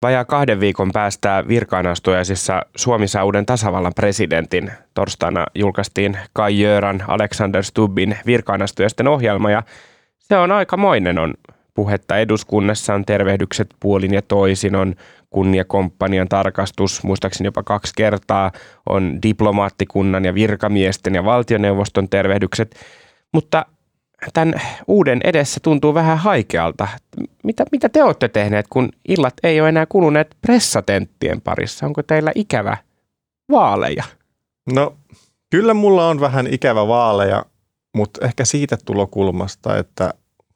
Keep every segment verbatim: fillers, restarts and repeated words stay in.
Vajaa kahden viikon päästä virkaanastujaisissa Suomi saa uuden tasavallan presidentin. Torstaina julkaistiin Kai-Göran Alexander Stubbin virkaanastujaisten ohjelma ja se on aikamoinen. On puhetta eduskunnassa, on tervehdykset puolin ja toisin, on kunniakomppanian tarkastus, muistaakseni jopa kaksi kertaa, on diplomaattikunnan ja virkamiesten ja valtioneuvoston tervehdykset, mutta tämän uuden edessä tuntuu vähän haikealta. Mitä, mitä te olette tehneet, kun illat ei ole enää kuluneet pressatenttien parissa? Onko teillä ikävä vaaleja? No kyllä mulla on vähän ikävä vaaleja, mutta ehkä siitä tulokulmasta, että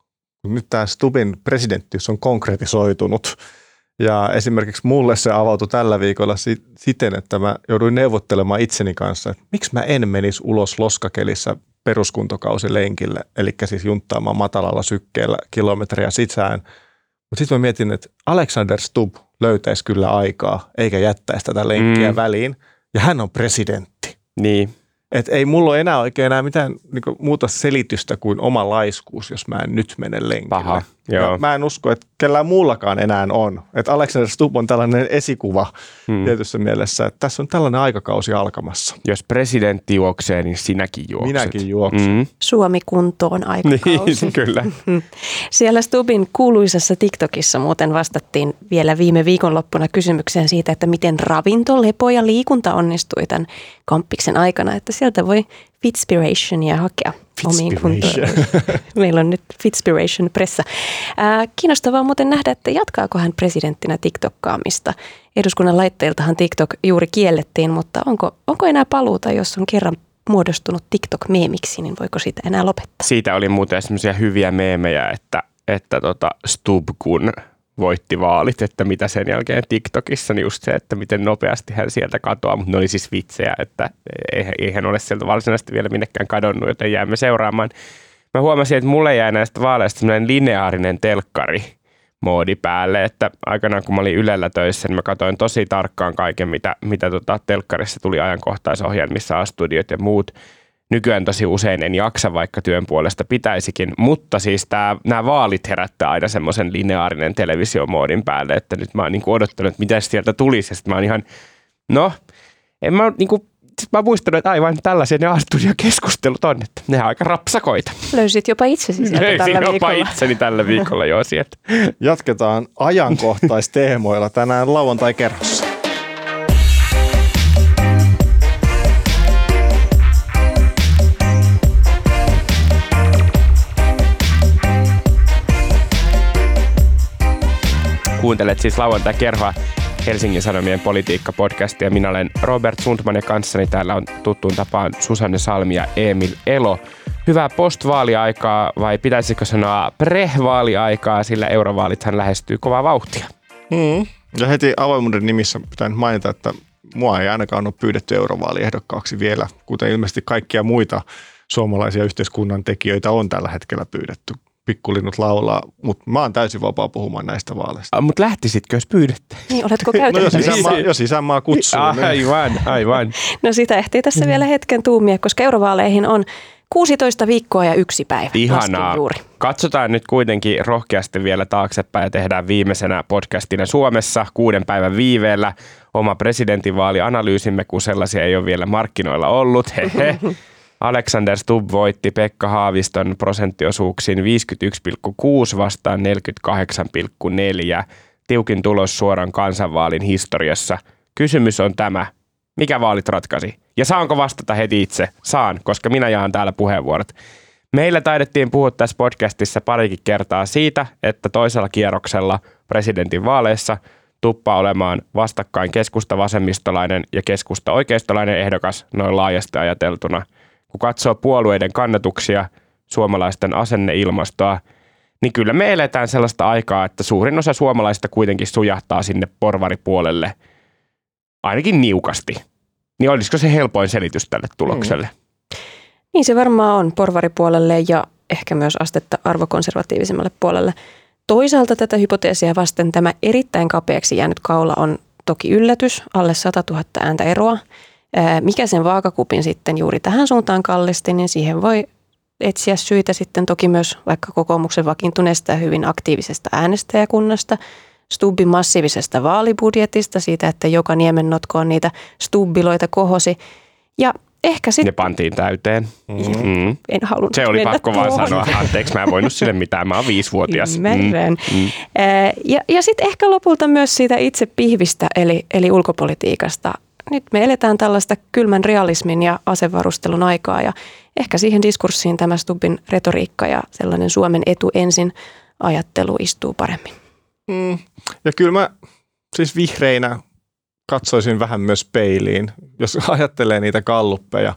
nyt tämä Stubbin presidenttiys on konkretisoitunut. Ja esimerkiksi mulle se avautui tällä viikolla siten, että mä jouduin neuvottelemaan itseni kanssa, että miksi mä en menisi ulos loskakelissä peruskuntokausilenkille, eli siis junttaamaan matalalla sykkeellä kilometriä sisään. Mutta sitten mä mietin, että Alexander Stubb löytäisi kyllä aikaa, eikä jättäisi tätä lenkkiä mm. väliin, ja hän on presidentti. Niin. Että ei mulla ole enää oikein enää mitään niinku muuta selitystä kuin oma laiskuus, jos mä en nyt mene lenkille. Paha, joo. Mä en usko, että kellään muullakaan enää on. Että Alexander Stubb on tällainen esikuva hmm. tietyssä mielessä, että tässä on tällainen aikakausi alkamassa. Jos presidentti juoksee, niin sinäkin juokset. Minäkin juoksen. Mm. Suomi kuntoon aikakausi. Niin, kyllä. Siellä Stubbin kuuluisassa TikTokissa muuten vastattiin vielä viime viikonloppuna kysymykseen siitä, että miten ravinto, lepo ja liikunta onnistui tämän kamppiksen aikana, että sieltä voi Fitspirationia hakea omiin kuntoon. Meillä on nyt Fitspiration pressa. Ää, kiinnostavaa muuten nähdä, että jatkaako hän presidenttinä TikTokkaamista. Eduskunnan laitteiltahan TikTok juuri kiellettiin, mutta onko, onko enää paluuta, jos on kerran muodostunut TikTok-meemiksi, niin voiko sitä enää lopettaa? Siitä oli muuten sellaisia hyviä meemejä, että, että tota Stubb kun voitti vaalit, että mitä sen jälkeen TikTokissa, niin just se, että miten nopeasti hän sieltä katoaa, mutta ne oli siis vitsejä, että eihän ole sieltä varsinaisesti vielä minnekään kadonnut, joten jäämme seuraamaan. Mä huomasin, että mulle jäi näistä vaaleista sellainen lineaarinen telkkari moodi päälle, että aikanaan kun mä olin Ylellä töissä, niin mä katsoin tosi tarkkaan kaiken, mitä, mitä tota telkkarissa tuli ajankohtaisohjelmissa, A-studiot ja muut. Nykyään tosi usein en jaksa, vaikka työn puolesta pitäisikin, mutta siis nämä vaalit herättää aina semmoisen lineaarinen televisiomoodin päälle, että nyt mä oon niinku odottanut, että mitä sieltä tulisi, ja sitten mä oon ihan, no, en mä niinku, sit mä oon muistanut, että aivan tällaisia ne A-studio-keskustelut on, että ne on aika rapsakoita. Löysit jopa itsesi sieltä Löysin tällä jopa viikolla. itseni tällä viikolla jo sieltä. Jatketaan ajankohtaisteemoilla tänään lauantai-kerhossa. Kuuntelet siis lauantai-kerhoa Helsingin Sanomien politiikka-podcastia. Minä olen Robert Sundman ja kanssani täällä on tuttuun tapaan Susanne Salmi ja Emil Elo. Hyvää post-vaaliaikaa vai pitäisikö sanoa pre-vaaliaikaa, sillä eurovaalithan lähestyy kovaa vauhtia. Mm. Ja heti avoimuuden nimissä pitää nyt mainita, että mua ei ainakaan ole pyydetty eurovaaliehdokkaaksi vielä, kuten ilmeisesti kaikkia muita suomalaisia yhteiskunnan tekijöitä on tällä hetkellä pyydetty. Pikkulinnut laulaa, mutta mä oon täysin vapaa puhumaan näistä vaaleista. Mutta lähtisitkö, jos pyydettä? Niin, oletko No jos käytettävissä? isänmaa, jos isänmaa kutsuu. Niin. Aivan, aivan. No sitä ehtii tässä vielä hetken tuumia, koska eurovaaleihin on kuusitoista viikkoa ja yksi päivä. Ihanaa. Juuri. Katsotaan nyt kuitenkin rohkeasti vielä taaksepäin ja tehdään viimeisenä podcastina Suomessa kuuden päivän viiveellä oma presidentinvaalianalyysimme, kun sellaisia ei ole vielä markkinoilla ollut. Hehe. Alexander Stubb voitti Pekka Haaviston prosenttiosuuksiin viisikymmentäyksi pilkku kuusi vastaan neljäkymmentäkahdeksan pilkku neljä. Tiukin tulos suoran kansanvaalin historiassa. Kysymys on tämä. Mikä vaalit ratkaisi? Ja saanko vastata heti itse? Saan, koska minä jaan täällä puheenvuorot. Meillä taidettiin puhua tässä podcastissa parikin kertaa siitä, että toisella kierroksella presidentin vaaleissa tuppaa olemaan vastakkain keskusta-vasemmistolainen ja keskusta-oikeistolainen ehdokas noin laajasti ajateltuna. Kun katsoo puolueiden kannatuksia, suomalaisten asenneilmastoa, niin kyllä me eletään sellaista aikaa, että suurin osa suomalaisista kuitenkin sujahtaa sinne porvaripuolelle ainakin niukasti. Niin olisiko se helpoin selitys tälle tulokselle? Mm. Niin se varmaan on porvaripuolelle ja ehkä myös astetta arvokonservatiivisemmalle puolelle. Toisaalta tätä hypoteesia vasten tämä erittäin kapeaksi jäänyt kaula on toki yllätys, alle sata tuhatta ääntä eroa. Mikä sen vaakakupin sitten juuri tähän suuntaan kallisti, niin siihen voi etsiä syitä sitten toki myös vaikka kokoomuksen vakiintuneesta ja hyvin aktiivisesta äänestäjäkunnasta. Stubbin massiivisesta vaalibudjetista, siitä, että joka niemennotkoon niitä stubbiloita kohosi. Ja ehkä sitten... Ne pantiin täyteen. Mm. Mm. En halunnut Se oli mennä pakko vaan tuohon. sanoa. Anteeksi, mä en voinut sille mitään. Mä oon viisivuotias. Ymmärrän. Mm. Mm. Ja, ja sitten ehkä lopulta myös siitä itse pihvistä, eli, eli ulkopolitiikasta. Nyt me eletään tällaista kylmän realismin ja asevarustelun aikaa, ja ehkä siihen diskurssiin tämä Stubbin retoriikka ja sellainen Suomen etu ensin ajattelu istuu paremmin. Mm. Ja kyllä mä siis vihreinä katsoisin vähän myös peiliin, jos ajattelee niitä galluppeja,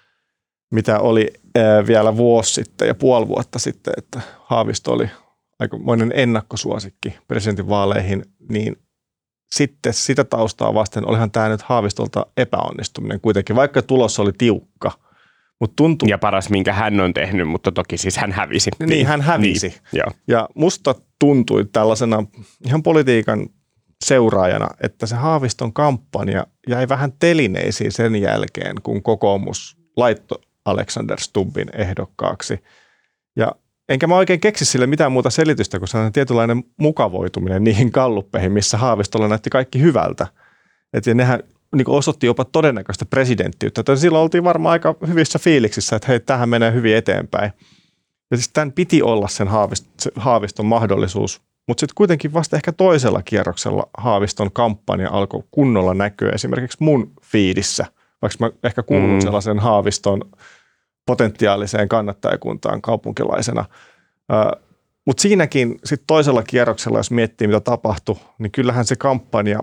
mitä oli ää, vielä vuosi sitten ja puoli vuotta sitten, että Haavisto oli aikamoinen ennakkosuosikki presidentinvaaleihin, niin sitten sitä taustaa vasten olihan tämä nyt Haavistolta epäonnistuminen kuitenkin, vaikka tulos oli tiukka. Mut tuntuu, ja paras, minkä hän on tehnyt, mutta toki siis hän hävisi. Niin, niin hän hävisi. Niin, joo. Ja musta tuntui tällaisena ihan politiikan seuraajana, että se Haaviston kampanja jäi vähän telineisiin sen jälkeen, kun kokoomus laittoi Alexander Stubbin ehdokkaaksi. Ja enkä mä oikein keksi sille mitään muuta selitystä kuin sellainen tietynlainen mukavoituminen niihin galluppeihin, missä Haavistolla näytti kaikki hyvältä. Et ja nehän niin osoitti jopa todennäköistä presidenttiyttä. Että silloin oltiin varmaan aika hyvissä fiiliksissä, että hei, tämähän menee hyvin eteenpäin. Ja siis tämän piti olla sen Haaviston mahdollisuus. Mutta sitten kuitenkin vasta ehkä toisella kierroksella Haaviston kampanja alkoi kunnolla näkyä esimerkiksi mun fiidissä, vaikka mä ehkä kuulun mm. sellaisen Haaviston potentiaaliseen kannattajakuntaan kaupunkilaisena. Mutta siinäkin sitten toisella kierroksella, jos miettii mitä tapahtui, niin kyllähän se kampanja,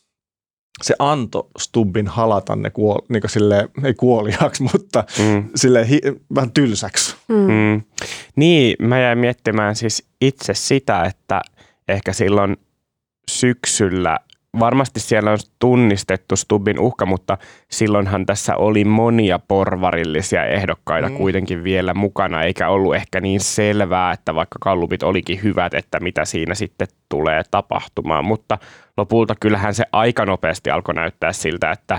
se antoi Stubbin halata ne kuol, niin silleen, ei kuoliaksi, mutta mm. silleen hi, vähän tylsäksi. Mm. Mm. Niin, mä jäin miettimään siis itse sitä, että ehkä silloin syksyllä, varmasti siellä on tunnistettu Stubbin uhka, mutta silloinhan tässä oli monia porvarillisia ehdokkaita mm. kuitenkin vielä mukana, eikä ollut ehkä niin selvää, että vaikka gallupit olikin hyvät, että mitä siinä sitten tulee tapahtumaan, mutta lopulta kyllähän se aika nopeasti alkoi näyttää siltä, että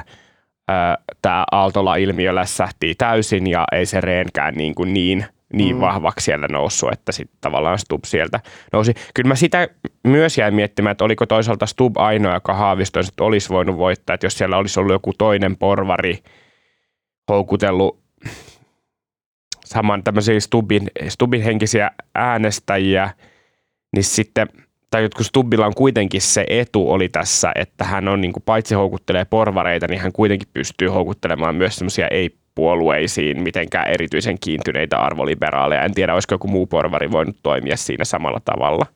tämä Aaltola-ilmiö lässähtii täysin ja ei se Rehnkään niin, kuin niin, niin mm. vahvaksi siellä noussut, että sitten tavallaan Stubb sieltä nousi. Kyllä mä sitä myös jäin miettimään, että oliko toisaalta Stubb ainoa, joka Haavisto olisi voinut voittaa, että jos siellä olisi ollut joku toinen porvari houkutellut saman tämmöisiä Stubbin, Stubbin henkisiä äänestäjiä, niin sitten tai jotkut Stubbilla on kuitenkin se etu oli tässä, että hän on niin kuin paitsi houkuttelee porvareita, niin hän kuitenkin pystyy houkuttelemaan myös semmoisia ei-puolueisiin mitenkään erityisen kiintyneitä arvoliberaaleja. En tiedä, olisiko joku muu porvari voinut toimia siinä samalla tavalla.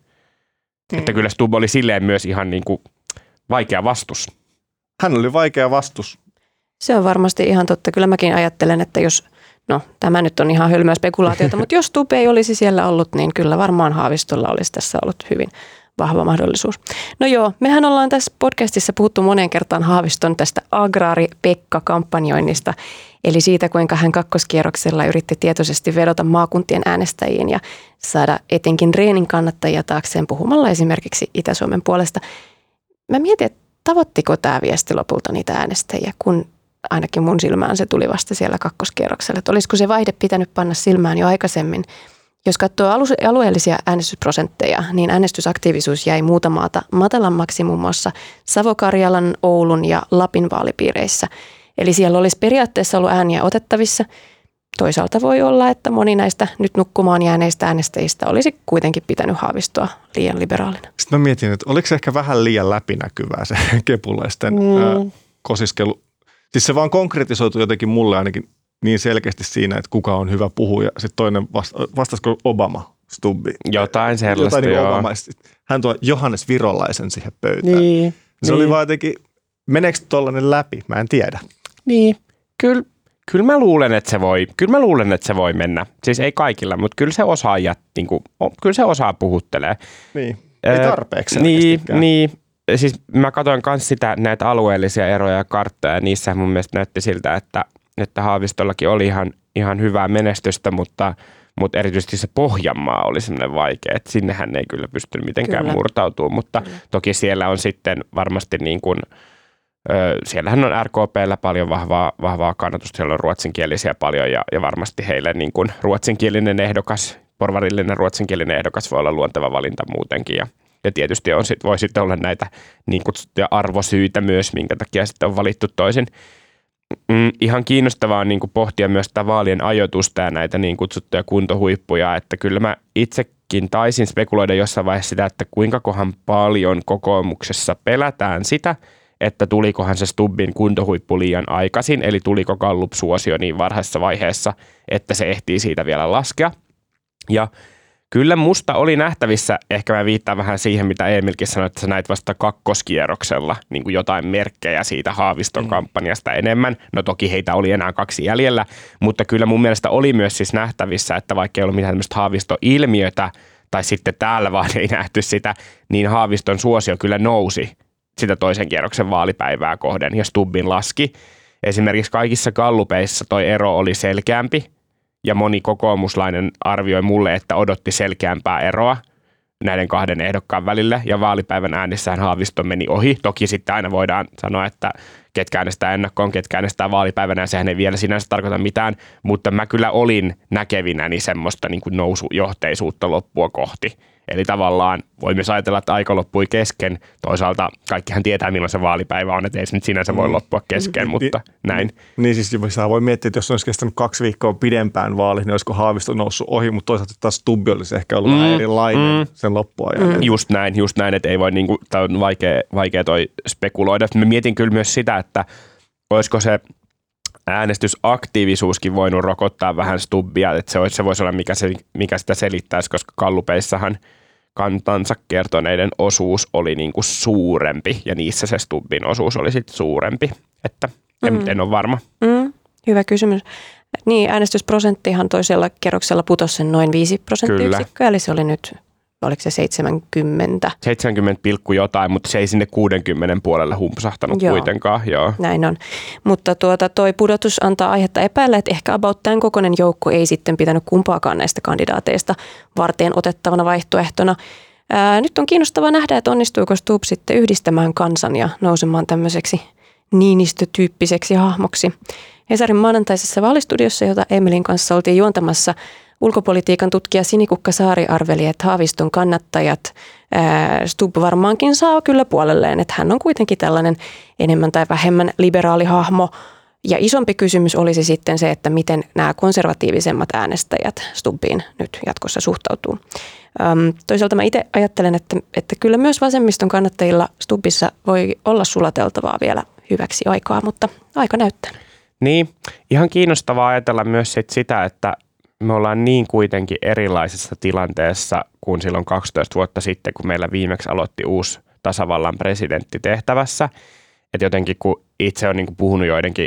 Mm. Että kyllä Stubb oli silleen myös ihan niin kuin vaikea vastus. Hän oli vaikea vastus. Se on varmasti ihan totta. Kyllä mäkin ajattelen, että jos, no tämä nyt on ihan hölmöä spekulaatiota, mutta jos Stubb ei olisi siellä ollut, niin kyllä varmaan Haavistolla olisi tässä ollut hyvin vahva mahdollisuus. No joo, mehän ollaan tässä podcastissa puhuttu moneen kertaan Haaviston tästä agraari-Pekka-kampanjoinnista, eli siitä, kuinka hän kakkoskierroksella yritti tietoisesti vedota maakuntien äänestäjiin ja saada etenkin Rehnin kannattajia taakseen puhumalla esimerkiksi Itä-Suomen puolesta. Mä mietin, että tavoittiko tämä viesti lopulta niitä äänestäjiä, kun ainakin mun silmään se tuli vasta siellä kakkoskierroksella. Että olisiko se vaihde pitänyt panna silmään jo aikaisemmin? Jos katsoo alueellisia äänestysprosentteja, niin äänestysaktiivisuus jäi muuta maata matalammaksi muun muassa Savo-Karjalan, Oulun ja Lapin vaalipiireissä. Eli siellä olisi periaatteessa ollut ääniä otettavissa. Toisaalta voi olla, että moni näistä nyt nukkumaan jääneistä äänestäjistä olisi kuitenkin pitänyt Haavistoa liian liberaalina. Sitten mä mietin, että oliko se ehkä vähän liian läpinäkyvää se kepulaisten mm. ää, kosiskelu. Siis se vaan konkretisoitu jotenkin mulle ainakin niin selkeästi siinä, että kuka on hyvä puhuja. Sitten toinen vasta, vastasiko Obama, Stubbi. Jotain sellaista, Jotain joo. Obama. Hän tuo Johannes Virolaisen siihen pöytään. Niin, se niin. oli vaan jotenkin, meneekö tollainen läpi? Mä en tiedä. Niin, kyllä. Kyllä mä luulen, että se voi, kyllä mä luulen, että se voi mennä. Siis ei kaikilla, mutta kyllä se osaa, ja, niin kuin, kyllä se osaa puhuttelee. Niin, ei tarpeeksi. Niin, niin, siis mä katsoin myös sitä, näitä alueellisia eroja ja karttoja, ja niissä mun mielestä näytti siltä, että, että Haavistollakin oli ihan, ihan hyvää menestystä, mutta, mutta erityisesti se Pohjanmaa oli semmoinen vaikea, että sinnehän ei kyllä pystynyt mitenkään kyllä. murtautumaan, mutta kyllä. toki siellä on sitten varmasti niin kuin, siellähän on R K P:llä paljon vahvaa, vahvaa kannatusta, siellä on ruotsinkielisiä paljon ja, ja varmasti heille niin kuin ruotsinkielinen ehdokas, porvarillinen ruotsinkielinen ehdokas voi olla luonteva valinta muutenkin. Ja, Ja tietysti on sit, voi sitten olla näitä niin kutsuttuja arvosyitä myös, minkä takia sitten on valittu toisin. Mm, ihan kiinnostavaa on niin kuin pohtia myös sitä vaalien ajoitusta ja näitä niin kutsuttuja kuntohuippuja, että kyllä mä itsekin taisin spekuloida jossain vaiheessa sitä, että kuinka kohan paljon kokoomuksessa pelätään sitä, että tulikohan se Stubbin kuntohuippu liian aikaisin, eli tuliko Gallup-suosio niin varhaisessa vaiheessa, että se ehtii siitä vielä laskea. Ja kyllä musta oli nähtävissä, ehkä mä viittaan vähän siihen, mitä Emilkin sanoi, että sä näit vasta kakkoskierroksella niin kuin jotain merkkejä siitä Haaviston mm. kampanjasta enemmän. No toki heitä oli enää kaksi jäljellä, mutta kyllä mun mielestä oli myös siis nähtävissä, että vaikka ei ollut mitään tämmöistä Haavisto-ilmiötä, tai sitten täällä vaan ei nähty sitä, niin Haaviston suosio kyllä nousi sitä toisen kierroksen vaalipäivää kohden ja Stubbin laski. Esimerkiksi kaikissa gallupeissa toi ero oli selkeämpi ja moni kokoomuslainen arvioi mulle, että odotti selkeämpää eroa näiden kahden ehdokkaan välillä ja vaalipäivän äänessähän Haavisto meni ohi. Toki sitten aina voidaan sanoa, että ketkä äänestää ennakkoon, ketkä äänestää vaalipäivänä, sehän ei vielä sinänsä tarkoita mitään, mutta mä kyllä olin näkevinäni semmoista niin kuin nousujohteisuutta loppua kohti. Eli tavallaan voi myös ajatella, että aika loppui kesken. Toisaalta kaikkihan tietää, milloin se vaalipäivä on, että ei se nyt sinänsä voi loppua kesken, mm. mutta näin. Niin siis voi miettiä, että jos olisi kestänyt kaksi viikkoa pidempään vaali, niin olisiko Haavisto noussut ohi, mutta toisaalta taas Stubbi olisi ehkä ollut mm. vähän erilainen mm. sen loppuajan. Mm. Just näin, just näin, että ei voi, niin kuin, tämä on vaikea, vaikea toi spekuloida. Mä mietin kyllä myös sitä, että olisiko se äänestysaktiivisuuskin voinut rokottaa vähän Stubbia, että se, olisi, se voisi olla mikä, se, mikä sitä selittäisi, koska gallupeissahan kantansa kertoneiden osuus oli niin kuin suurempi ja niissä se Stubbin osuus oli sitten suurempi, että en, mm. en ole varma. Mm. Hyvä kysymys. Niin, äänestysprosenttihan toisella kerroksella putosi sen noin viisi prosenttiyksikköä, eli se oli nyt, oliko se seitsemänkymmentä? seitsemänkymmentä pilkku jotain, mutta se ei sinne kuusikymmentä puolelle humpsahtanut joo. kuitenkaan. Joo. Näin on. Mutta tuota, toi pudotus antaa aihetta epäillä, että ehkä about tämän kokoinen joukko ei sitten pitänyt kumpaakaan näistä kandidaateista varteen otettavana vaihtoehtona. Ää, nyt on kiinnostavaa nähdä, että onnistuuko Stubb sitten yhdistämään kansan ja nousemaan tämmöiseksi Niinistö-tyyppiseksi hahmoksi. Hesarin maanantaisessa vaalistudiossa, jota Emilin kanssa oltiin juontamassa, ulkopolitiikan tutkija Sinikukka Saari arveli, että Haaviston kannattajat ää, Stubb varmaankin saa kyllä puolelleen, että hän on kuitenkin tällainen enemmän tai vähemmän liberaali hahmo. Ja isompi kysymys olisi sitten se, että miten nämä konservatiivisemmat äänestäjät Stubbiin nyt jatkossa suhtautuu. Öm, toisaalta mä itse ajattelen, että, että kyllä myös vasemmiston kannattajilla Stubbissa voi olla sulateltavaa vielä hyväksi aikaa, mutta aika näyttää. Niin, ihan kiinnostavaa ajatella myös sit sitä, että me ollaan niin kuitenkin erilaisessa tilanteessa kuin silloin kaksitoista vuotta sitten, kun meillä viimeksi aloitti uusi tasavallan presidentti tehtävässä. Että jotenkin kun itse on niin kuin puhunut joidenkin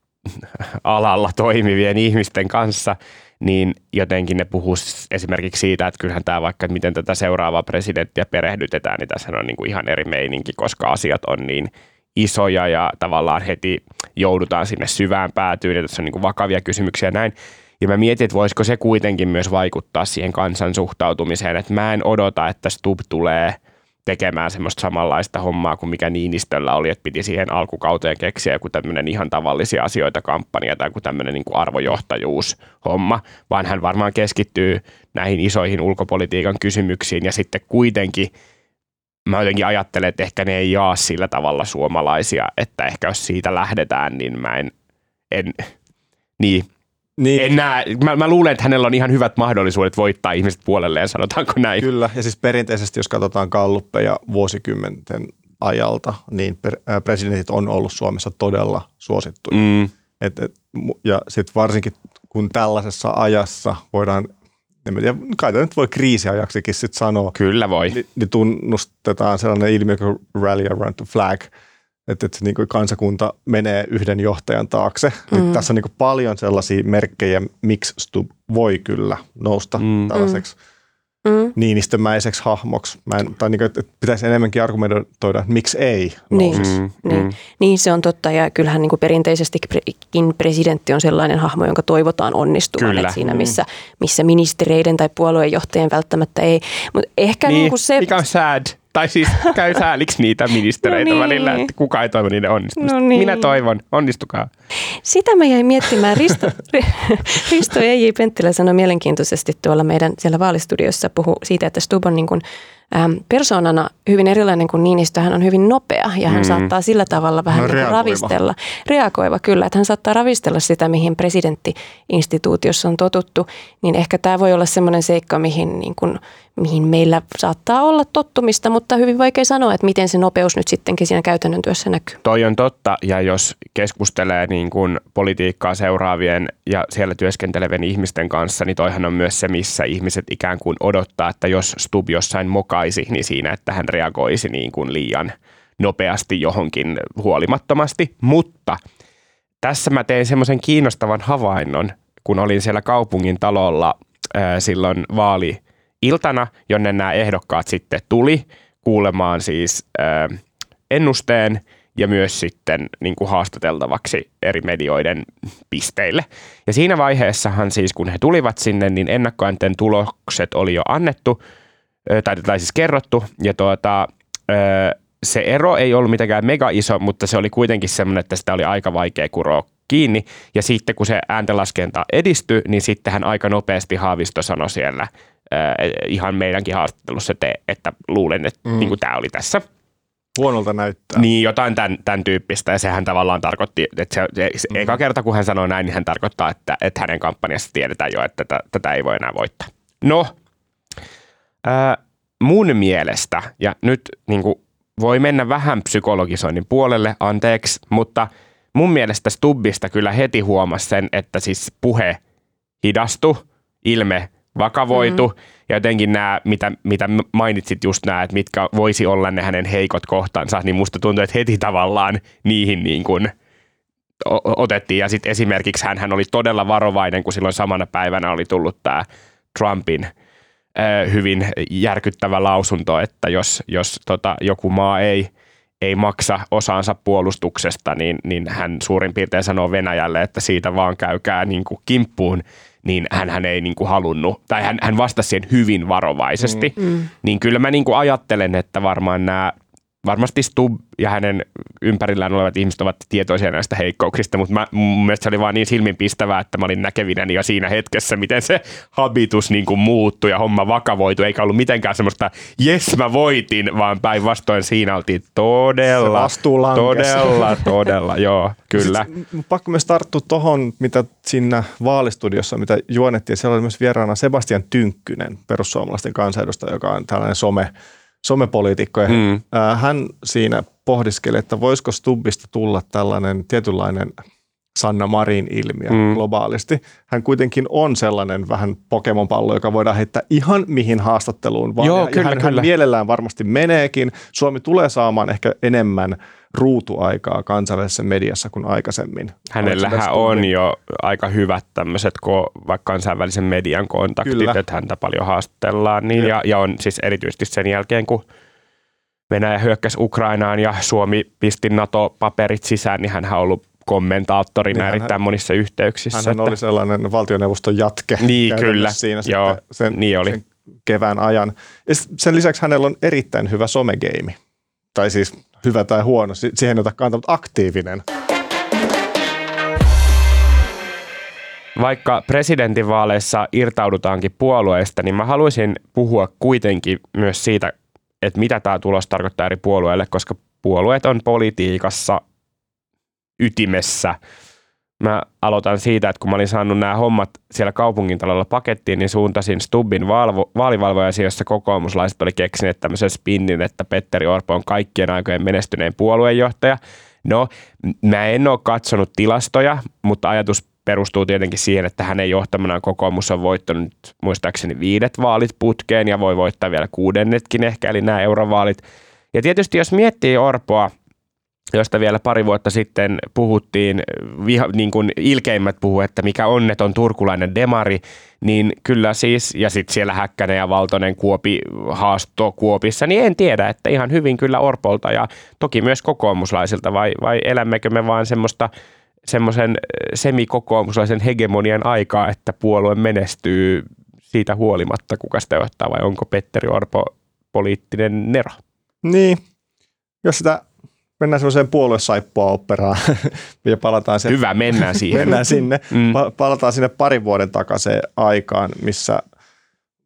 alalla toimivien ihmisten kanssa, niin jotenkin ne puhuu esimerkiksi siitä, että kyllähän tämä vaikka, että miten tätä seuraavaa presidenttiä perehdytetään, niin tässä on niin kuin ihan eri meininki, koska asiat on niin isoja ja tavallaan heti joudutaan sinne syvään päätyyn ja tässä on niin kuin vakavia kysymyksiä ja näin. Ja mä mietin, että voisiko se kuitenkin myös vaikuttaa siihen kansan suhtautumiseen, että mä en odota, että Stubb tulee tekemään semmoista samanlaista hommaa kuin mikä Niinistöllä oli, että piti siihen alkukauteen keksiä joku tämmöinen ihan tavallisia asioita kampanja tai joku tämmöinen niin kuin arvojohtajuushomma, vaan hän varmaan keskittyy näihin isoihin ulkopolitiikan kysymyksiin ja sitten kuitenkin mä jotenkin ajattelen, että ehkä ne ei jaa sillä tavalla suomalaisia, että ehkä jos siitä lähdetään, niin mä en, en niin, niin. En näe, mä, mä luulen, että hänellä on ihan hyvät mahdollisuudet voittaa ihmiset puolelleen, sanotaanko näin. Kyllä, ja siis perinteisesti, jos katsotaan galluppeja vuosikymmenten ajalta, niin per, äh, presidentit on ollut Suomessa todella suosittuja. Mm. Et, et, ja sitten varsinkin, kun tällaisessa ajassa voidaan, en tiedä, kai tämä nyt voi kriisiajaksikin sitten sanoa. Kyllä voi. Niin, niin tunnustetaan sellainen ilmiö kuin rally around the flag, että, että niin kuin kansakunta menee yhden johtajan taakse. Mm. Tässä on niin kuin paljon sellaisia merkkejä, miksi Stubb voi kyllä nousta mm. tällaiseksi mm. niinistömäiseksi hahmoksi. Mä en, tai niin kuin, että pitäisi enemmänkin argumentoida, että miksi ei nousisi. Niin, mm. niin. niin se on totta ja kyllähän niin kuin perinteisestikin presidentti on sellainen hahmo, jonka toivotaan onnistuvan. Että siinä, missä, missä ministereiden tai puoluejohtajien välttämättä ei. Mutta ehkä niin, niin kuin se... Mikä on sad? Tai siis käy sääliksi niitä ministereitä no niin. välillä, että kukaan ei toivo niiden onnistumista. No niin. Minä toivon, onnistukaa. Sitä mä jäin miettimään. Risto, Risto E J. Penttilä sanoi mielenkiintoisesti tuolla meidän siellä vaalistudiossa puhui siitä, että Stubb on niin kuin, ähm, persoonana hyvin erilainen kuin Niinistö. Hän on hyvin nopea ja hän mm. saattaa sillä tavalla vähän no, niin kuin ravistella. Reagoiva kyllä, että hän saattaa ravistella sitä, mihin presidenttiinstituutiossa on totuttu. Niin ehkä tämä voi olla semmoinen seikka, mihin, niin kuin, mihin meillä saattaa olla tottumista, mutta hyvin vaikea sanoa, että miten se nopeus nyt sittenkin siinä käytännön työssä näkyy. Toi on totta, ja jos keskustelee niin kuin politiikkaa seuraavien ja siellä työskentelevien ihmisten kanssa, niin toihan on myös se, missä ihmiset ikään kuin odottaa, että jos Stubb jossain mokaisi, niin siinä, että hän reagoisi niin kuin liian nopeasti johonkin huolimattomasti. Mutta tässä mä tein semmoisen kiinnostavan havainnon, kun olin siellä kaupungin talolla ää, silloin vaali-iltana, jonne nämä ehdokkaat sitten tuli kuulemaan siis ää, ennusteen ja myös sitten niin kuin haastateltavaksi eri medioiden pisteille. Ja siinä vaiheessahan siis, kun he tulivat sinne, niin ennakkoäänten tulokset oli jo annettu, tai, tai siis kerrottu, ja tuota, se ero ei ollut mitenkään mega iso, mutta se oli kuitenkin semmoinen, että sitä oli aika vaikea kuroa kiinni. Ja sitten kun se ääntenlaskenta edistyi, niin sittenhän aika nopeasti Haavisto sanoi siellä ihan meidänkin haastattelussa, että luulen, että mm. niin kuin tämä oli tässä. Huonolta näyttää. Niin, jotain tämän, tämän tyyppistä, ja sehän tavallaan tarkoitti, että se, se, se mm-hmm. eka kerta kun hän sanoi näin, niin hän tarkoittaa, että, että hänen kampanjassa tiedetään jo, että tätä, tätä ei voi enää voittaa. No, äh, mun mielestä, ja nyt niin kuin, voi mennä vähän psykologisoinnin puolelle, anteeksi, mutta mun mielestä Stubbista kyllä heti huomasi sen, että siis puhe hidastui, ilme vakavoitu, mm-hmm. ja jotenkin nämä, mitä, mitä mainitsit just nämä, että mitkä voisi olla ne hänen heikot kohtansa, niin musta tuntuu, että heti tavallaan niihin niin kuin otettiin. Ja sitten esimerkiksi hän, hän oli todella varovainen, kun silloin samana päivänä oli tullut tämä Trumpin äh, hyvin järkyttävä lausunto, että jos, jos tota, joku maa ei, ei maksa osaansa puolustuksesta, niin, niin hän suurin piirtein sanoo Venäjälle, että siitä vaan käykää niin kuin kimppuun, niin hän ei niin kuin halunnut, tai hän, hän vastasi siihen hyvin varovaisesti. Mm. Niin kyllä mä niin kuin ajattelen, että varmaan nämä, varmasti Stubb ja hänen ympärillään olevat ihmiset ovat tietoisia näistä heikkouksista, mutta mä, mun mielestä se oli vaan niin silminpistävää, että mä olin näkevinäni jo siinä hetkessä, miten se habitus niin kuin muuttui ja homma vakavoitui, eikä ollut mitenkään semmoista, jes mä voitin, vaan päinvastoin siinä oltiin todella, todella, todella, joo, kyllä. Sitten, pakko myös tarttua tuohon, mitä siinä vaalistudiossa, mitä juonettiin, siellä oli myös vieraana Sebastian Tynkkynen, perussuomalaisten kansanedustaja, joka on tällainen some somepoliitikko. Mm. Hän siinä pohdiskeli, että voisiko Stubbista tulla tällainen tietynlainen Sanna Marin-ilmiö mm. globaalisti. Hän kuitenkin on sellainen vähän Pokemon-pallo, joka voidaan heittää ihan mihin haastatteluun vaan. Joo, ja kyllä, hän, kyllä. hän mielellään varmasti meneekin. Suomi tulee saamaan ehkä enemmän ruutuaikaa kansainvälisessä mediassa kuin aikaisemmin. Hänellähän on jo aika hyvät tämmöiset ko- vaikka kansainvälisen median kontaktit, kyllä. Että häntä paljon haastellaan. Niin, ja, ja on siis erityisesti sen jälkeen, kun Venäjä hyökkäsi Ukrainaan ja Suomi pisti NATO-paperit sisään, niin hänhän on ollut kommentaattorina niin erittäin hän, monissa yhteyksissä. Hän että... oli sellainen valtioneuvoston jatke. Niin, kyllä. Siinä Joo, sen, niin oli. sen kevään ajan. Ja sen lisäksi hänellä on erittäin hyvä somegeimi. Tai siis hyvä tai huono, siihen ei ota kantaa, mutta aktiivinen. Vaikka presidentinvaaleissa irtaudutaankin puolueista, niin mä haluaisin puhua kuitenkin myös siitä, että mitä tämä tulos tarkoittaa eri puolueille, koska puolueet on politiikassa ytimessä. Mä aloitan siitä, että kun mä olin saanut nämä hommat siellä kaupungintalolla pakettiin, niin suuntasin Stubbin valvo, vaalivalvojaisiin, jossa kokoomuslaiset oli keksineet tämmöisen spinnin, että Petteri Orpo on kaikkien aikojen menestynein puoluejohtaja. No, mä en ole katsonut tilastoja, mutta ajatus perustuu tietenkin siihen, että hänen johtamanaan kokoomus on voittanut muistaakseni viidet vaalit putkeen ja voi voittaa vielä kuudennetkin ehkä, eli nämä eurovaalit. Ja tietysti jos miettii Orpoa, josta vielä pari vuotta sitten puhuttiin, viha, niin kuin ilkeimmät puhuu, että mikä onneton turkulainen demari, niin kyllä siis, ja sitten siellä Häkkänen ja Valtonen Kuopi haasto Kuopissa, niin en tiedä, että ihan hyvin kyllä Orpolta ja toki myös kokoomuslaisilta, vai, vai elämmekö me vaan semmoista semmoisen semikokoomuslaisen hegemonian aikaa, että puolue menestyy siitä huolimatta, kuka sitä johtaa, vai onko Petteri Orpo poliittinen nero? Niin, jos sitä mennään semmoiseen puoluesaippua-operaan ja palataan se, hyvä, mennään siihen. mennään sinne. Mm. Palataan sinne parin vuoden takaiseen aikaan, missä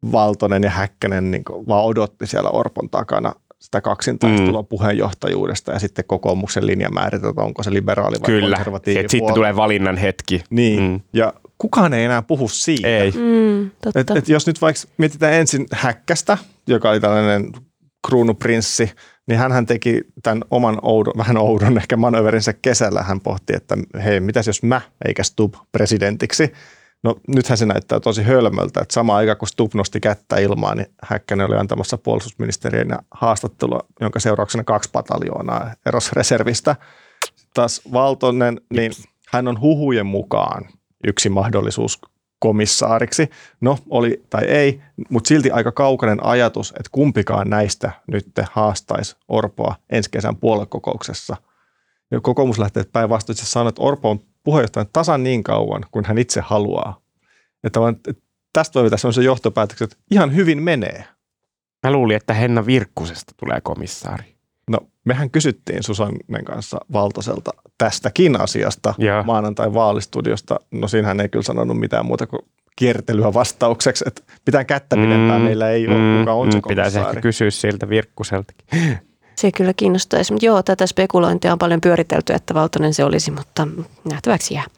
Valtonen ja Häkkänen niin vaan odotti siellä Orpon takana sitä kaksintaistelua mm. puheenjohtajuudesta ja sitten kokoomuksen linja määritetään, onko se liberaali vai Kyllä. konservatiivi. Kyllä, sitten tulee valinnan hetki. Niin, mm. ja kukaan ei enää puhu siitä. Ei. Mm, totta. Et, et jos nyt vaikka mietitään ensin Häkkästä, joka oli tällainen kruunuprinssi, niin hänhän teki tämän oman oudon, vähän oudon ehkä manöverinsa kesällä. Hän pohti, että hei, mitäs jos mä eikä Stubb presidentiksi? No nythän se näyttää tosi hölmöltä, että samaan aikaan kun Stubb nosti kättä ilmaan, niin Häkkänen oli antamassa puolustusministeriön haastattelua, jonka seurauksena kaksi pataljoonaa erosi reservistä. Taas Valtonen, niin hän on huhujen mukaan yksi mahdollisuus komissaariksi. No oli tai ei, mutta silti aika kaukainen ajatus, että kumpikaan näistä nyt haastaisi Orpoa ensi kesän puoluekokouksessa. Ja kokoomuslähteet päinvastoin sanoi, että Orpo on puheenjohtajan tasan niin kauan, kun hän itse haluaa. Että tästä voi tässä on se johtopäätökset, että ihan hyvin menee. Mä luulin, että Henna Virkkusesta tulee komissaari. No, mehän kysyttiin Susannen kanssa Valtoselta tästäkin asiasta ja. maanantai vaalistudiosta. No siinähän ei kyllä sanonut mitään muuta kuin kiertelyä vastaukseksi, että mitään kättä pidempään mm, meillä ei ole, mm, kuka on se komissaari. Pitäisi ehkä kysyä siltä Virkkuseltakin. Se kyllä kiinnostaisi. Mutta joo, tätä spekulointia on paljon pyöritelty, että Valtonen se olisi, mutta nähtäväksi jää.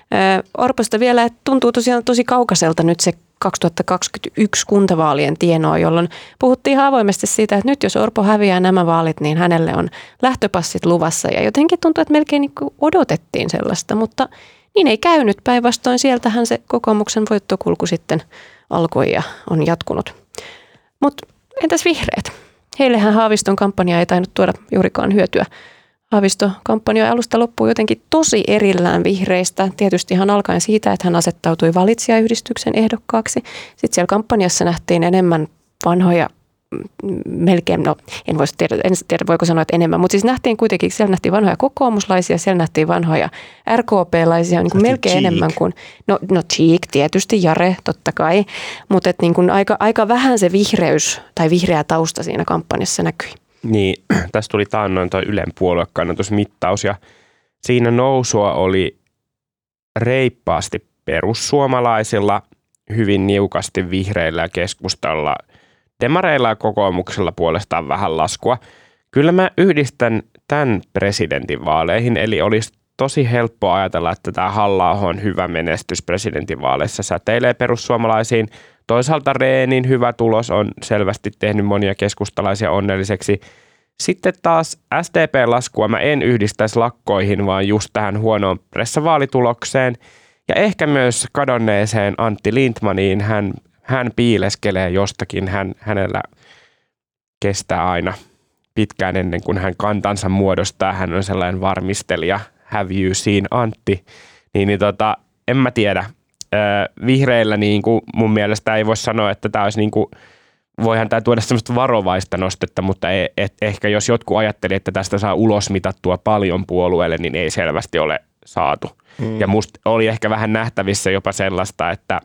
Orposta vielä, että tuntuu tosiaan tosi kaukaiselta nyt se kaksituhattakaksikymmentäyksi kuntavaalien tienoa, jolloin puhuttiin ihan avoimesti siitä, että nyt jos Orpo häviää nämä vaalit, niin hänelle on lähtöpassit luvassa. Ja jotenkin tuntuu, että melkein niin kuin odotettiin sellaista, mutta niin ei käynyt. Päinvastoin sieltähän se kokoomuksen voittokulku sitten alkoi ja on jatkunut. Mutta entäs vihreät? Heillehän Haaviston kampanja ei tainnut tuoda juurikaan hyötyä. Haavisto kampanjoi alusta loppuun jotenkin tosi erillään vihreistä. Tietysti ihan alkaen siitä, että hän asettautui valitsijayhdistyksen ehdokkaaksi. Sitten siellä kampanjassa nähtiin enemmän vanhoja, melkein, no en voisi tiedä, en tiedä voiko sanoa, että enemmän, mutta siis nähtiin kuitenkin, siellä nähtiin vanhoja kokoomuslaisia, siellä nähtiin vanhoja R K P-laisia, niin kuin melkein Cheek. enemmän kuin, no, no Cheek tietysti, Jare totta kai, mutta et niin kuin aika, aika vähän se vihreys tai vihreä tausta siinä kampanjassa näkyi. Niin, tässä tuli taannoin tuo Ylen puoluekannatusmittaus ja siinä nousua oli reippaasti perussuomalaisilla, hyvin niukasti vihreillä ja keskustalla, demareilla ja kokoomuksella puolestaan vähän laskua. Kyllä mä yhdistän tämän presidentinvaaleihin, eli olisi tosi helppo ajatella, että tämä Halla-aho on hyvä menestys presidentinvaaleissa, säteilee perussuomalaisiin. Toisaalta Rehnin hyvä tulos on selvästi tehnyt monia keskustalaisia onnelliseksi. Sitten taas S D P-laskua mä en yhdistäisi lakkoihin, vaan just tähän huonoon pressavaalitulokseen. Ja ehkä myös kadonneeseen Antti Lindtmaniin. Hän, hän piileskelee jostakin, hän, hänellä kestää aina pitkään ennen kuin hän kantansa muodostaa. Hän on sellainen varmistelija, have you seen Antti? Niin, niin tota, en mä tiedä. Vihreillä niin kuin mun mielestä ei voi sanoa, että tämä olisi niin kuin, voihan tämä tuoda semmoista varovaista nostetta, mutta ei, et ehkä jos jotkut ajatteli, että tästä saa ulosmitattua paljon puolueelle, niin ei selvästi ole saatu. Mm. Ja musta oli ehkä vähän nähtävissä jopa sellaista, että,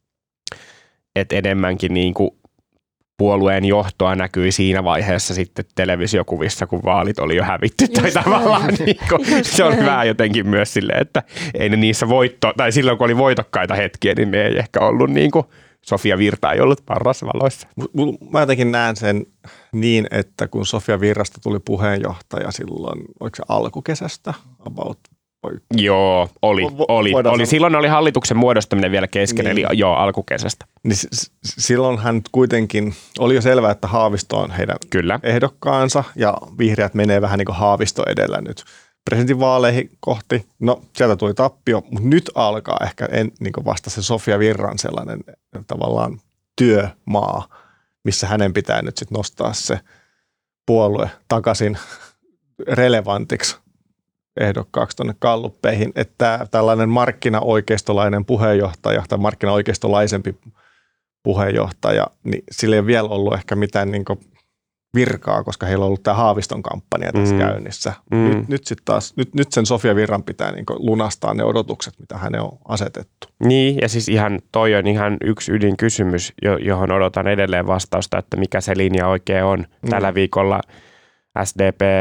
että enemmänkin niin kuin puolueen johtoa näkyi siinä vaiheessa sitten televisiokuvissa, kun vaalit oli jo hävitty. Tai tavallaan niin kuin, se on hyvä jotenkin myös silleen, että ei ne niissä voitto, tai silloin kun oli voitokkaita hetkiä, niin ne ei ehkä ollut niin kuin Sofia Virta ei ollut parhaassa valoissa. Mä jotenkin näen sen niin, että kun Sofia Virrasta tuli puheenjohtaja silloin, oliko se alkukesästä about? Joo, oli. oli, oli. Silloin oli hallituksen muodostaminen vielä kesken, niin. Eli joo, alkukesästä. Niin s- silloin hän kuitenkin, oli jo selvää, että Haavisto on heidän Kyllä. ehdokkaansa ja vihreät menee vähän niin kuin Haavisto edellä nyt presidentinvaaleihin kohti. No sieltä tuli tappio, mutta nyt alkaa ehkä en, niin kuin vasta se Sofia Virran sellainen tavallaan työmaa, missä hänen pitää nyt sitten nostaa se puolue takaisin relevantiksi ehdokkaaksi tuonne galluppeihin, että tällainen markkinaoikeistolainen puheenjohtaja tai markkinaoikeistolaisempi puheenjohtaja, niin sillä ei ole vielä ollut ehkä mitään niin kuin virkaa, koska heillä on ollut tämä Haaviston kampanja tässä mm. käynnissä. Mm. Nyt, nyt, sit taas, nyt, nyt sen Sofia Virran pitää niin kuin lunastaa ne odotukset, mitä hänen on asetettu. Niin, ja siis ihan toi on ihan yksi ydinkysymys, johon odotan edelleen vastausta, että mikä se linja oikein on. Mm. Tällä viikolla S D P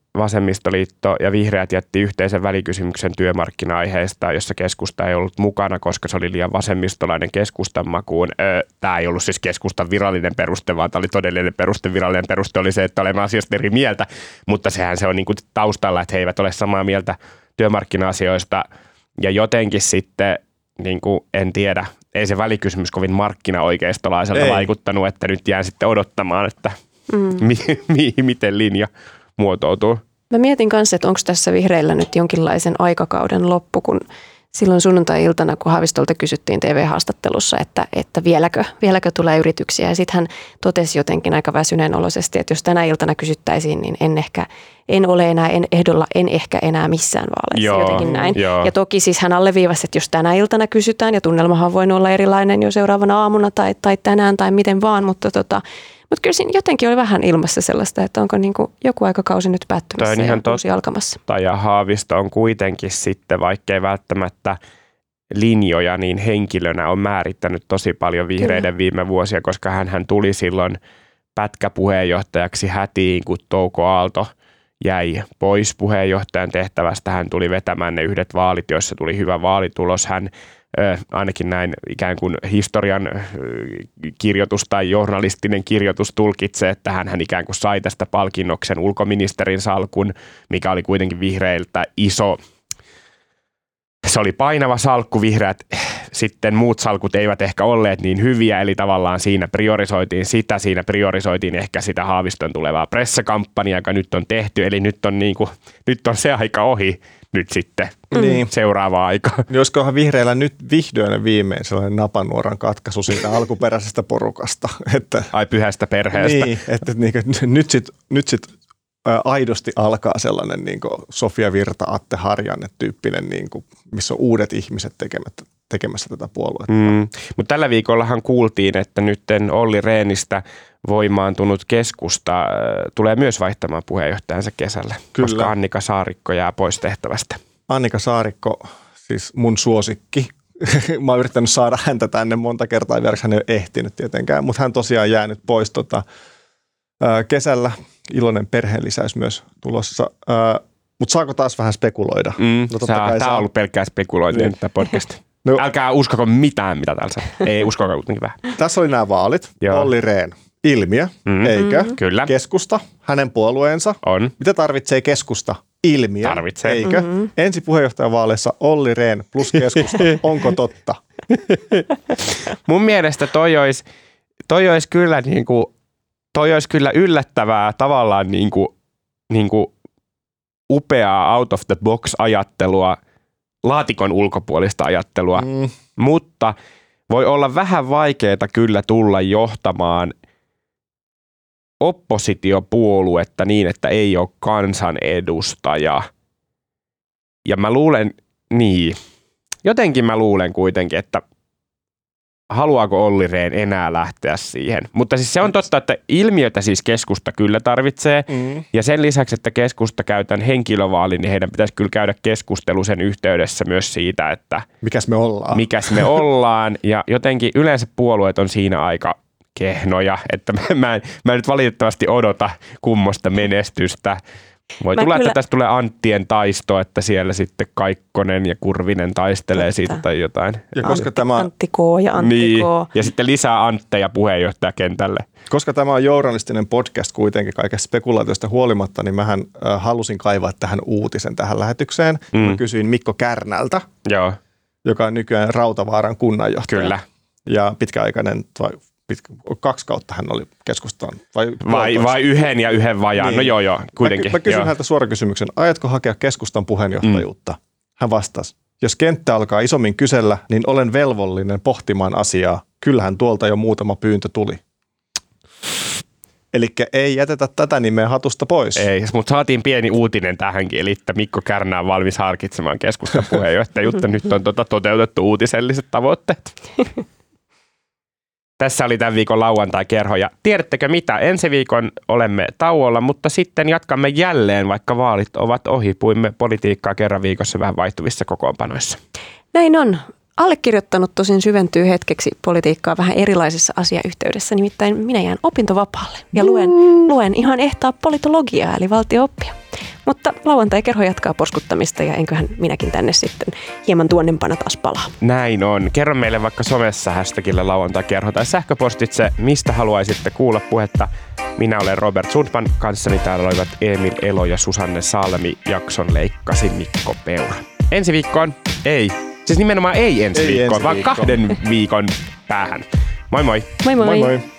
vasemmistoliitto ja vihreät jätti yhteisen välikysymyksen työmarkkina-aiheesta, jossa keskusta ei ollut mukana, koska se oli liian vasemmistolainen keskustan makuun. Tämä ei ollut siis keskustan virallinen peruste, vaan tämä oli todellinen peruste. Virallinen peruste oli se, että olemme asiasta eri mieltä, mutta sehän se on niin kuin taustalla, että he eivät ole samaa mieltä työmarkkina-asioista. Ja jotenkin sitten, niin kuin en tiedä, ei se välikysymys kovin markkinaoikeistolaiselta ei vaikuttanut, että nyt jään sitten odottamaan, että mm. mi, mi, miten linja muotoutuu. Mä mietin kanssa, että onko tässä vihreillä nyt jonkinlaisen aikakauden loppu, kun silloin sunnuntai-iltana, kun Haavistolta kysyttiin T V-haastattelussa, että, että vieläkö, vieläkö tulee yrityksiä. Ja sitten hän totesi jotenkin aika väsyneen oloisesti, että jos tänä iltana kysyttäisiin, niin en ehkä, en ole enää en ehdolla, en ehkä enää missään vaaleissa. Joo, jotenkin näin. Joo. Ja toki siis hän alleviivasi, että jos tänä iltana kysytään, ja tunnelmahan on voinut olla erilainen jo seuraavana aamuna tai, tai tänään tai miten vaan, mutta tota, Mutta kyllä siinä jotenkin oli vähän ilmassa sellaista, että onko niin kuin joku aikakausi nyt päättymässä ja uusi alkamassa. Ja Haavisto on kuitenkin sitten, vaikkei välttämättä linjoja, niin henkilönä on määrittänyt tosi paljon vihreiden kyllä. viime vuosia, koska hän tuli silloin pätkäpuheenjohtajaksi hätiin, kun Touko Aalto jäi pois puheenjohtajan tehtävästä. Hän tuli vetämään ne yhdet vaalit, joissa tuli hyvä vaalitulos. Hän ainakin näin ikään kuin historian kirjoitus tai journalistinen kirjoitus tulkitsee, että hän ikään kuin sai tästä palkinnoksen ulkoministerin salkun, mikä oli kuitenkin vihreiltä iso. Se oli painava salkku, vihreät sitten muut salkut eivät ehkä olleet niin hyviä, eli tavallaan siinä priorisoitiin sitä, siinä priorisoitiin ehkä sitä Haaviston tulevaa pressakampanjaa, joka nyt on tehty, eli nyt on, niin kuin, nyt on se aika ohi nyt sitten niin. Seuraava aika. Joskohan vihreillä nyt vihdoin ja viimein sellainen napanuoran katkaisu siitä alkuperäisestä porukasta. Että, ai pyhästä perheestä. Niin, että niin kuin, nyt sitten nyt sit, ä, aidosti alkaa sellainen niin kuin Sofia Virta, Atte Harjanne tyyppinen, niin kuin, missä on uudet ihmiset tekemättä, tekemässä tätä puoluetta. Mm. Mutta tällä viikollahan kuultiin, että nyt Olli Rehnistä voimaantunut keskusta äh, tulee myös vaihtamaan puheenjohtajansa kesällä, Kyllä. koska Annika Saarikko jää pois tehtävästä. Annika Saarikko, siis mun suosikki. Mä oon yrittänyt saada häntä tänne monta kertaa, ja hän ei ole ehtinyt tietenkään, mutta hän tosiaan jäänyt pois tota, äh, kesällä. Iloinen perheenlisäys myös tulossa. Äh, mutta saako taas vähän spekuloida? Mm, no, Tämä on ollut pelkkää spekulointia nyt tämä podcast. No. Älkää uskoko mitään, mitä täällä sanoo. Ei uskokaa kuitenkin vähän. Tässä oli nämä vaalit. Joo. Olli Rehn. Ilmiö, mm. eikö? Mm. Kyllä. Keskusta, hänen puolueensa. On. Mitä tarvitsee keskusta? Ilmiö, tarvitsee. Eikö? Mm-hmm. Ensi puheenjohtajavaaleissa Olli Rehn plus keskusta. Onko totta? Mun mielestä toi olisi, toi olisi, kyllä, niin kuin, toi olisi kyllä yllättävää tavallaan niin kuin, niin kuin upeaa out of the box ajattelua, laatikon ulkopuolista ajattelua, mm. mutta voi olla vähän vaikeaa kyllä tulla johtamaan oppositiopuoluetta niin, että ei ole kansanedustaja. Ja mä luulen, niin, jotenkin mä luulen kuitenkin, että haluaako Olli Rehn enää lähteä siihen. Mutta siis se on totta, että ilmiötä siis keskusta kyllä tarvitsee. Mm. Ja sen lisäksi, että keskusta käytän henkilövaalin, niin heidän pitäisi kyllä käydä keskustelu sen yhteydessä myös siitä, että mikäs me ollaan. Mikäs me ollaan. Ja jotenkin yleensä puolueet on siinä aika kehnoja, että mä en, mä en nyt valitettavasti odota kummosta menestystä. Voi mä tulla, kyllä, että tästä tulee Anttien taisto, että siellä sitten Kaikkonen ja Kurvinen taistelee totta. Siitä tai jotain. Ja koska Antti, tämä Antti K. ja Antti niin. K. Ja sitten lisää Antteja puheenjohtajakentälle. Koska tämä on journalistinen podcast kuitenkin kaikesta spekulaatiosta huolimatta, niin mähän äh, halusin kaivaa tähän uutisen tähän lähetykseen. Mm. Mä kysyin Mikko Kärnältä, Joo. joka on nykyään Rautavaaran kunnanjohtaja. Kyllä. Ja pitkäaikainen, vai pitkä, kaksi kautta hän oli keskustaan. Vai, vai, vai yhden ja yhden vajaan, niin. No joo joo, kuitenkin. Mä, mä kysyin joo. häneltä suoran kysymyksen, aiotko hakea keskustan puheenjohtajuutta? Mm. Hän vastasi, jos kenttä alkaa isommin kysellä, niin olen velvollinen pohtimaan asiaa. Kyllähän tuolta jo muutama pyyntö tuli. Eli ei jätetä tätä nimeä hatusta pois. Ei, mutta saatiin pieni uutinen tähänkin, eli että Mikko Kärnä on valmis harkitsemaan keskustan puheenjohtajuutta. Nyt on tota toteutettu uutiselliset tavoitteet. Tässä oli tämän viikon lauantai-kerho ja tiedättekö mitä, ensi viikon olemme tauolla, mutta sitten jatkamme jälleen, vaikka vaalit ovat ohi. Puimme politiikkaa kerran viikossa vähän vaihtuvissa kokoonpanoissa. Näin on. Allekirjoittanut tosin syventyy hetkeksi politiikkaa vähän erilaisessa asiayhteydessä, nimittäin minä jään opintovapaalle ja luen, luen ihan ehtaa politologiaa eli valtio-oppia. Mutta lauantai-kerho jatkaa porskuttamista ja enköhän minäkin tänne sitten hieman tuonnempana taas palaa. Näin on. Kerro meille vaikka somessa hashtagillä lauantai-kerho tai sähköpostitse, mistä haluaisitte kuulla puhetta. Minä olen Robert Sundman, kanssani täällä olivat Emil Elo ja Susanne Salmi, jakson leikkasi Mikko Peura. Ensi viikkoon ei, siis nimenomaan ei ensi ei viikkoon, ensi vaan viikkoon. kahden viikon päähän. Moi moi! Moi moi! Moi moi!